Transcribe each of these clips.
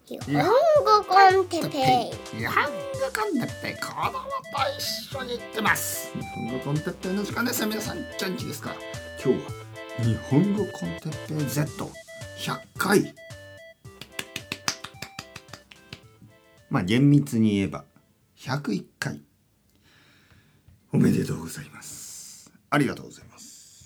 日本語コンテッペイ、 日本語コンテッペイ、子供と一緒に行ってます。日本語コンテッペイの時間ですよ。皆さん元気ですか？今日は日本語コンテッペイ Z100 回、厳密に言えば101回おめでとうございます。ありがとうございます。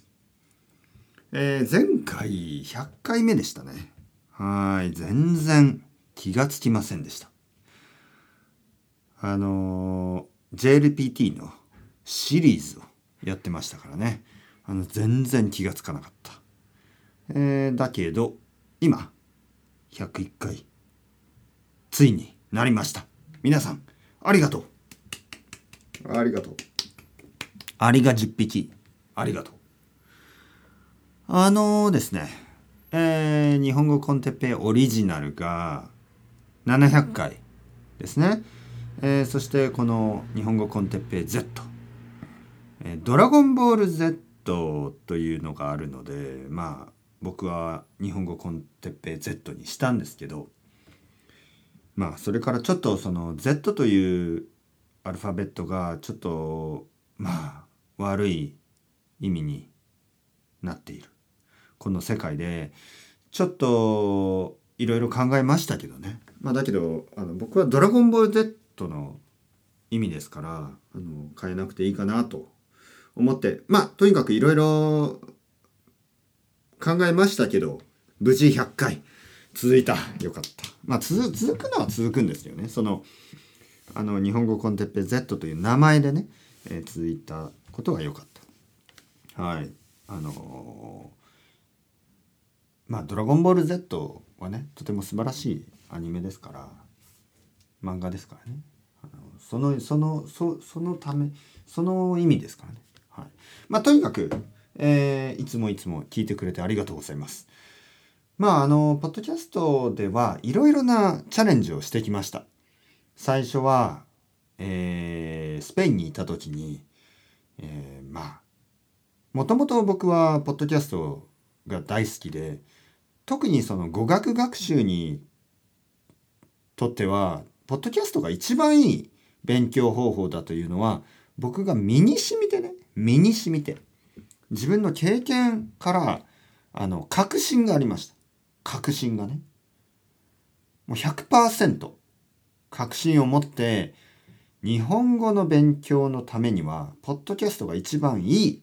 前回100回目でしたね。全然気がつきませんでした。JLPT のシリーズをやってましたからね。全然気がつかなかった。だけど今101回ついになりました。皆さんありがとう。ありがとう。アリが10匹ありがとう。ですね、日本語コンテッペイオリジナルが700回ですね。そしてこの日本語コンテッペイ Z、ドラゴンボール Z というのがあるので、僕は日本語コンテッペイ Z にしたんですけど、それからちょっとその Z というアルファベットがちょっと悪い意味になっているこの世界で、ちょっといろいろ考えましたけどね。だけど僕はドラゴンボール Z の意味ですから変えなくていいかなと思って、とにかくいろいろ考えましたけど、無事100回続いた。よかった。続くのは続くんですよね。その日本語コンテッペイ Z という名前でね、続いたことがよかった。ドラゴンボール Z はね、とても素晴らしいアニメですから、漫画ですからね。そのため、その意味ですからね。とにかく、いつも聞いてくれてありがとうございます。ポッドキャストではいろいろなチャレンジをしてきました。最初は、スペインにいた時に、もともと僕はポッドキャストが大好きで、特にその語学学習にとってはポッドキャストが一番いい勉強方法だというのは、僕が身に染みて自分の経験から確信がありました。確信がね、もう 100% 確信を持って、日本語の勉強のためにはポッドキャストが一番いい、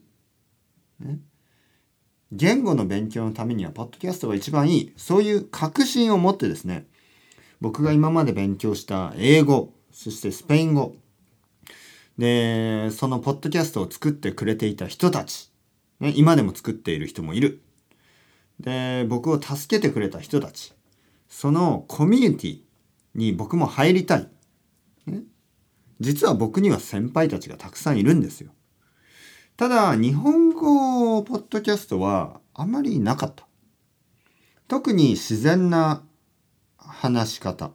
言語の勉強のためにはポッドキャストが一番いい、そういう確信を持ってですね、僕が今まで勉強した英語、そしてスペイン語で、そのポッドキャストを作ってくれていた人たち、今でも作っている人もいる。で、僕を助けてくれた人たち、そのコミュニティに僕も入りたい。実は僕には先輩たちがたくさんいるんですよ。ただ日本語ポッドキャストはあまりなかった。特に自然な話し方、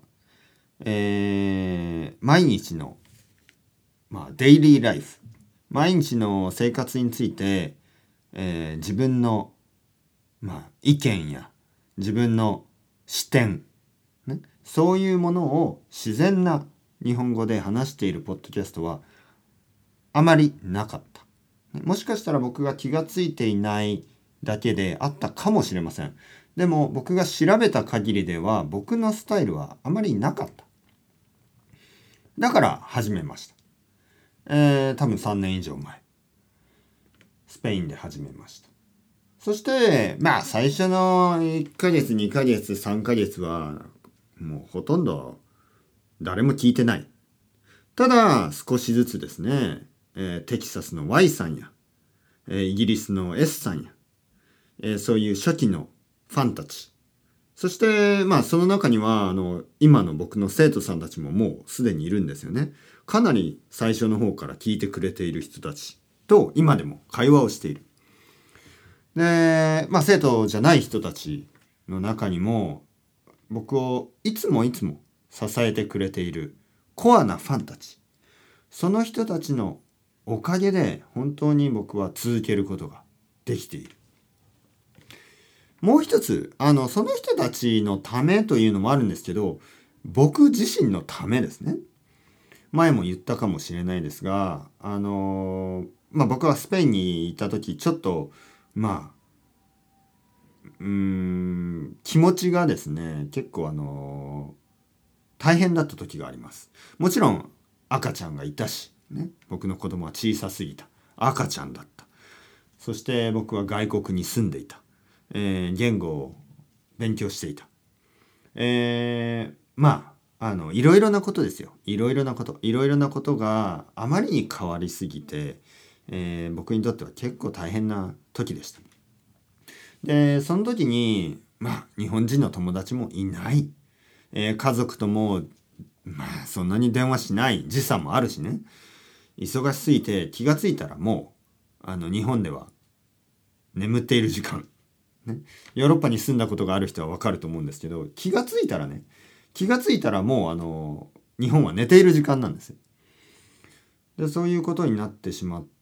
毎日の、デイリーライフ、毎日の生活について、自分の、意見や自分の視点、そういうものを自然な日本語で話しているポッドキャストはあまりなかった。もしかしたら僕が気がついていないだけであったかもしれません。でも僕が調べた限りでは僕のスタイルはあまりなかった。だから始めました。多分3年以上前、スペインで始めました。そして最初の1ヶ月2ヶ月3ヶ月はもうほとんど誰も聞いてない。ただ少しずつですね、テキサスの Y さんや、イギリスの S さんや、そういう初期のファンたち、そしてその中には今の僕の生徒さんたちももうすでにいるんですよね。かなり最初の方から聞いてくれている人たちと今でも会話をしている。で、生徒じゃない人たちの中にも僕をいつも支えてくれているコアなファンたち、その人たちのおかげで本当に僕は続けることができている。 もう一つ、その人たちのためというのもあるんですけど、僕自身のためですね。前も言ったかもしれないですが、僕はスペインに行った時、ちょっと、気持ちがですね、結構大変だった時があります。もちろん赤ちゃんがいたし、ね、僕の子供は小さすぎた。赤ちゃんだった。そして僕は外国に住んでいた。言語を勉強していた。いろいろなことですよ。いろいろなことがあまりに変わりすぎて、僕にとっては結構大変な時でした。で、その時に、日本人の友達もいない。家族とも、そんなに電話しない時差もあるしね。忙しすぎて気がついたらもう、日本では眠っている時間。ね、ヨーロッパに住んだことがある人はわかると思うんですけど、気がついたらもう日本は寝ている時間なんですよ。で、そういうことになってしまって、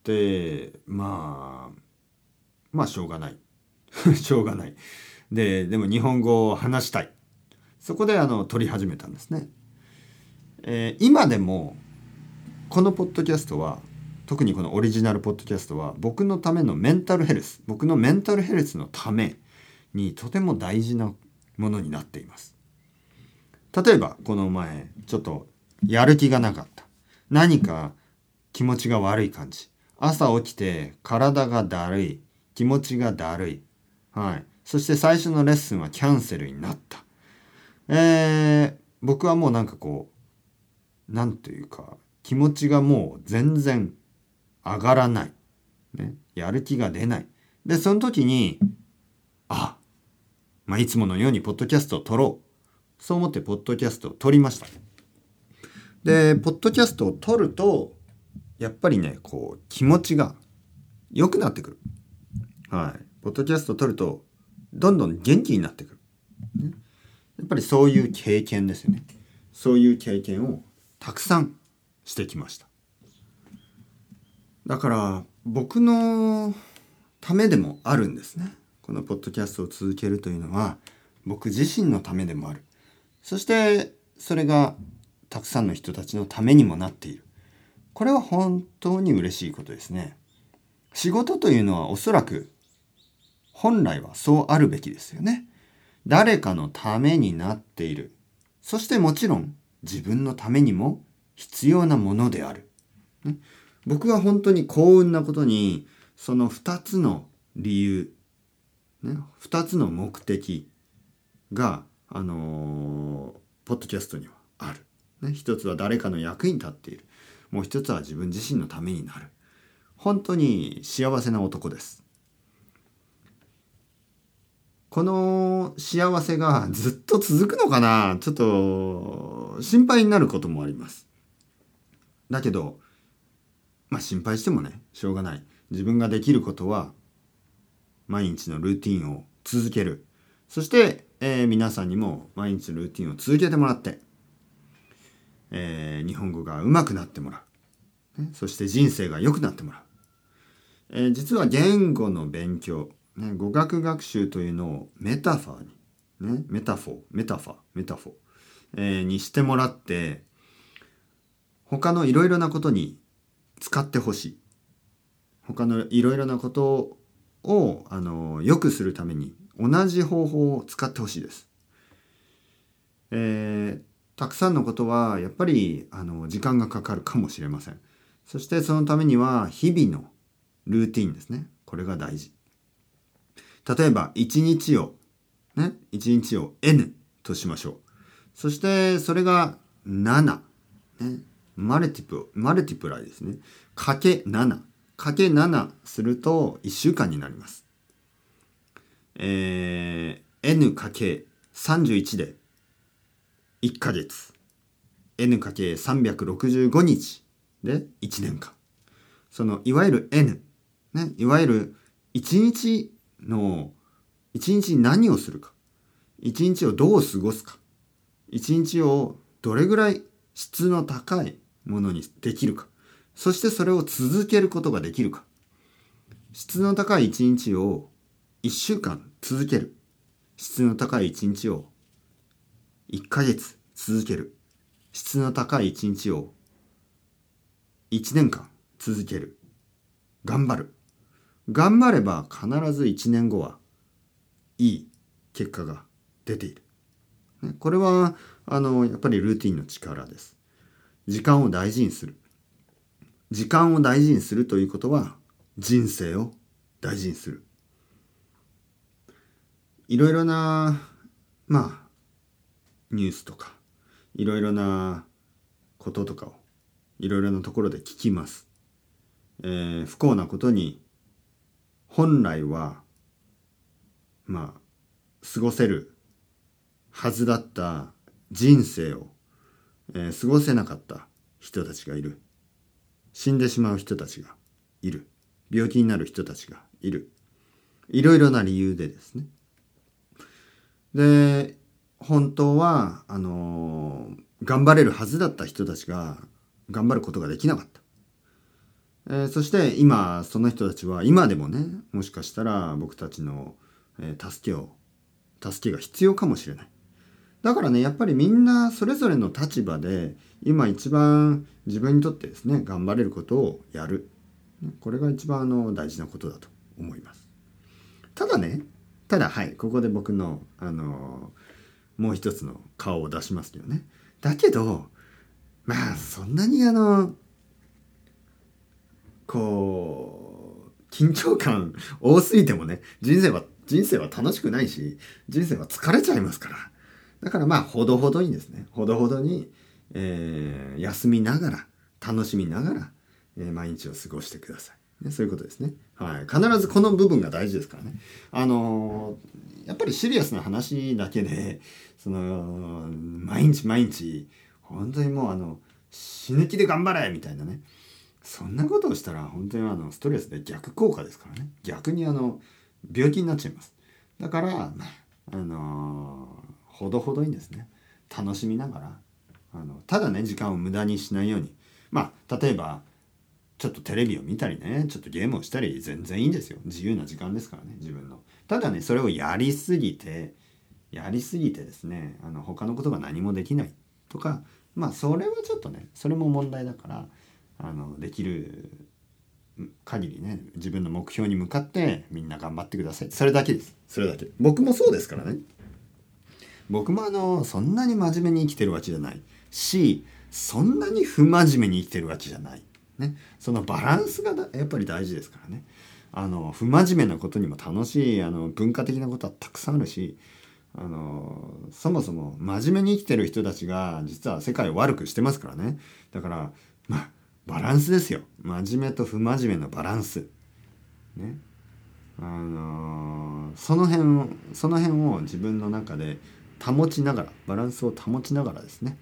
しょうがないしょうがないでも日本語を話したい。そこで撮り始めたんですね。今でもこのポッドキャストは、特にこのオリジナルポッドキャストは僕のための僕のメンタルヘルスのためにとても大事なものになっています。例えばこの前ちょっとやる気がなかった。何か気持ちが悪い感じ。朝起きて体がだるい。気持ちがだるい。はい。そして最初のレッスンはキャンセルになった。僕はもうなんというか、気持ちがもう全然上がらない。ね。やる気が出ない。で、その時に、いつものようにポッドキャストを撮ろう。そう思ってポッドキャストを撮りました。で、ポッドキャストを撮ると、やっぱりね、気持ちが良くなってくる。はい。ポッドキャストを撮ると、どんどん元気になってくる。ね。やっぱりそういう経験ですよね。そういう経験をたくさんしてきました。だから僕のためでもあるんですね。このポッドキャストを続けるというのは僕自身のためでもある。そしてそれがたくさんの人たちのためにもなっている。これは本当に嬉しいことですね。仕事というのはおそらく本来はそうあるべきですよね。誰かのためになっている。そしてもちろん自分のためにも必要なものである。ね。僕は本当に幸運なことにその2つの理由、ね、2つの目的が、ポッドキャストにはある。ね、一つは誰かの役に立っている。もう一つは自分自身のためになる。本当に幸せな男です。この幸せがずっと続くのかな？ちょっと心配になることもあります。だけど、心配してもね、しょうがない。自分ができることは毎日のルーティンを続ける。そして、皆さんにも毎日ルーティンを続けてもらって、日本語が上手くなってもらう。そして人生が良くなってもらう。実は言語の勉強、語学学習というのをメタファーにしてもらって、他のいろいろなことに使ってほしい。他のいろいろなことを良くするために同じ方法を使ってほしいです。たくさんのことはやっぱり時間がかかるかもしれません。そしてそのためには日々のルーティンですね。これが大事。例えば1日を N としましょう。そしてそれが7、マルティプライですね。かけ7すると1週間になります。N×31 で1ヶ月。N×365 日で1年間。そのいわゆる N、いわゆる1日に何をするか。1日をどう過ごすか。1日をどれぐらい質の高いものにできるか。そしてそれを続けることができるか。質の高い1日を1週間続ける。 質の高い一日を1ヶ月続ける。質の高い一日を1年間続ける。頑張る。頑張れば必ず1年後はいい結果が出ている。これはやっぱりルーティンの力です。時間を大事にする。時間を大事にするということは人生を大事にする。いろいろなニュースとかいろいろなこととかをいろいろなところで聞きます。不幸なことに本来は過ごせるはずだった人生を、過ごせなかった人たちがいる。死んでしまう人たちがいる。病気になる人たちがいる。いろいろな理由でですね。で、本当は頑張れるはずだった人たちが頑張ることができなかった。そして今その人たちは今でもね、もしかしたら僕たちの、助けが必要かもしれない。だからね、やっぱりみんなそれぞれの立場で今一番自分にとってですね、頑張れることをやる。これが一番大事なことだと思います。ただはい、ここで僕のもう一つの顔を出しますけどね。だけどそんなに緊張感多すぎてもね、人生は楽しくないし、人生は疲れちゃいますから。だからほどほどにですね、ほどほどに、休みながら楽しみながら、毎日を過ごしてください、ね、そういうことですね。はい、必ずこの部分が大事ですからね。やっぱりシリアスな話だけで毎日本当にもう死ぬ気で頑張れみたいなね、そんなことをしたら本当にストレスで逆効果ですからね。逆に病気になっちゃいます。だからほどほどにですね、楽しみながらただね、時間を無駄にしないように、例えばちょっとテレビを見たりね、ちょっとゲームをしたり全然いいんですよ。自由な時間ですからね、自分の。ただね、それをやりすぎてですね、他のことが何もできないとか、それはちょっとね、それも問題だから、できる限りね、自分の目標に向かってみんな頑張ってください。それだけです。それだけ。僕もそうですからね。僕もそんなに真面目に生きてるわけじゃないし、そんなに不真面目に生きてるわけじゃないね。そのバランスがやっぱり大事ですからね。不真面目なことにも楽しい文化的なことはたくさんあるし、そもそも真面目に生きてる人たちが実は世界を悪くしてますからね。だからバランスですよ。真面目と不真面目のバランスね。その辺を自分の中で保ちながら、バランスを保ちながらですね、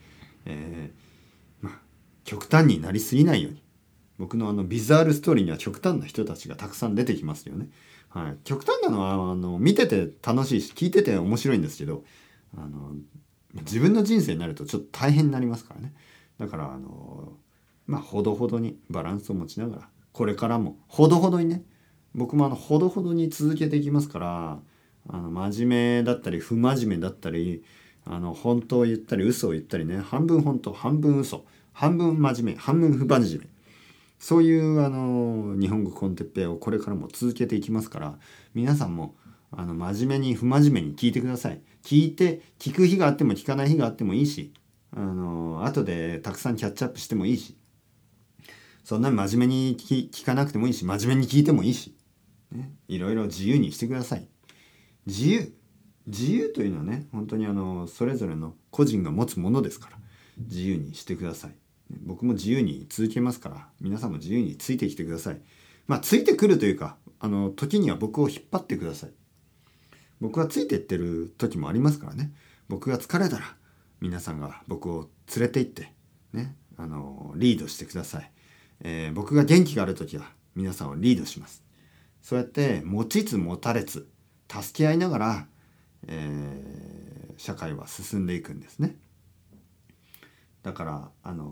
極端になりすぎないように。僕のビザールストーリーには極端な人たちがたくさん出てきますよね。はい、極端なのは見てて楽しいし、聞いてて面白いんですけど、自分の人生になるとちょっと大変になりますからね。だからほどほどにバランスを持ちながら、これからもほどほどにね、僕もほどほどに続けていきますから、真面目だったり不真面目だったり、本当を言ったり嘘を言ったりね、半分本当半分嘘、半分真面目半分不真面目、そういう日本語コンテッペイをこれからも続けていきますから、皆さんも真面目に不真面目に聞いてください。聞く日があっても聞かない日があってもいいし、後でたくさんキャッチアップしてもいいし、そんなに真面目に聞かなくてもいいし、真面目に聞いてもいいし、ね、いろいろ自由にしてください。自由というのはね、本当にそれぞれの個人が持つものですから、自由にしてください。僕も自由に続けますから、皆さんも自由についてきてください。ついてくるというか、時には僕を引っ張ってください。僕はついていってる時もありますからね。僕が疲れたら皆さんが僕を連れて行ってね、リードしてください。僕が元気がある時は皆さんをリードします。そうやって持ちつ持たれつ助け合いながら、社会は進んでいくんですね。だから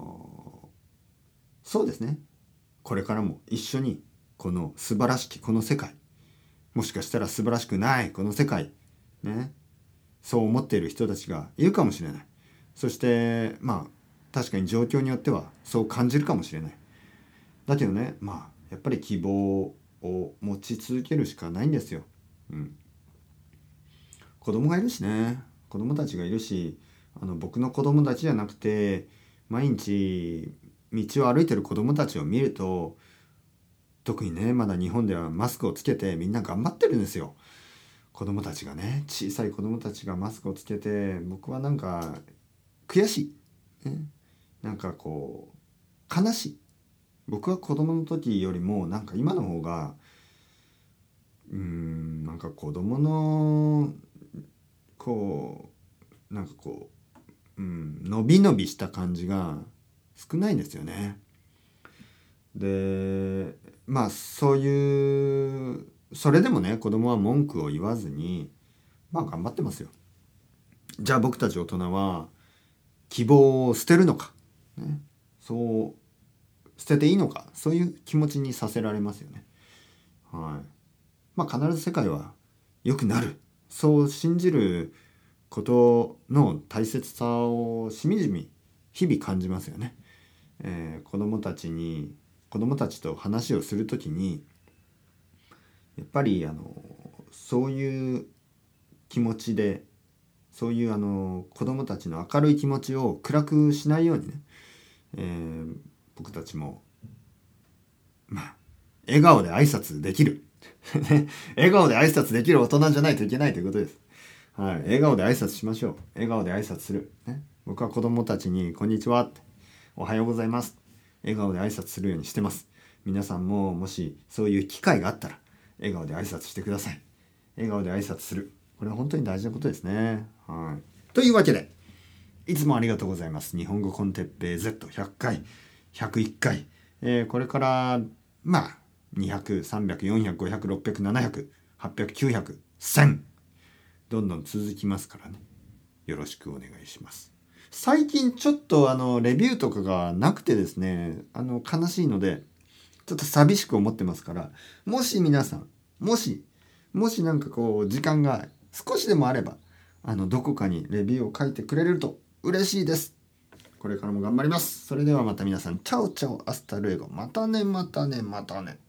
そうですね、これからも一緒にこの素晴らしきこの世界、もしかしたら素晴らしくないこの世界ね、 そう思っている人たちがいるかもしれない。そして確かに状況によってはそう感じるかもしれない。だけどね、やっぱり希望を持ち続けるしかないんですよ。子供がいるしね、子供たちがいるし、僕の子供たちじゃなくて毎日道を歩いてる子供たちを見ると、特にねまだ日本ではマスクをつけてみんな頑張ってるんですよ。子供たちがね、小さい子供たちがマスクをつけて、僕はなんか悔しい、なんかこう悲しい。僕は子供の時よりもなんか今の方がなんか子供の伸び伸びした感じが少ないんですよね。でそういうそれでもね、子供は文句を言わずに頑張ってますよ。じゃあ僕たち大人は希望を捨てるのか、そう捨てていいのか、そういう気持ちにさせられますよね。必ず世界は良くなる、そう信じることの大切さをしみじみ日々感じますよね。子供たちと話をするときにやっぱりそういう気持ちで、そういう子供たちの明るい気持ちを暗くしないようにね、僕たちも笑顔で挨拶できる笑顔で挨拶できる大人じゃないといけないということです。笑顔で挨拶しましょう。笑顔で挨拶する、僕は子供たちにこんにちはって、おはようございます笑顔で挨拶するようにしてます。皆さんももしそういう機会があったら笑顔で挨拶してください。笑顔で挨拶する、これは本当に大事なことですね。というわけでいつもありがとうございます。日本語コンテッペイ Z100 回101回、これから200、300、400、500、600、700、800、900、1000どんどん続きますからね、よろしくお願いします。最近ちょっとレビューとかがなくてですね、悲しいのでちょっと寂しく思ってますから、もし皆さんもしなんか時間が少しでもあればどこかにレビューを書いてくれると嬉しいです。これからも頑張ります。それではまた皆さん、チャオチャオアスタルエゴ、またねまたねまたね。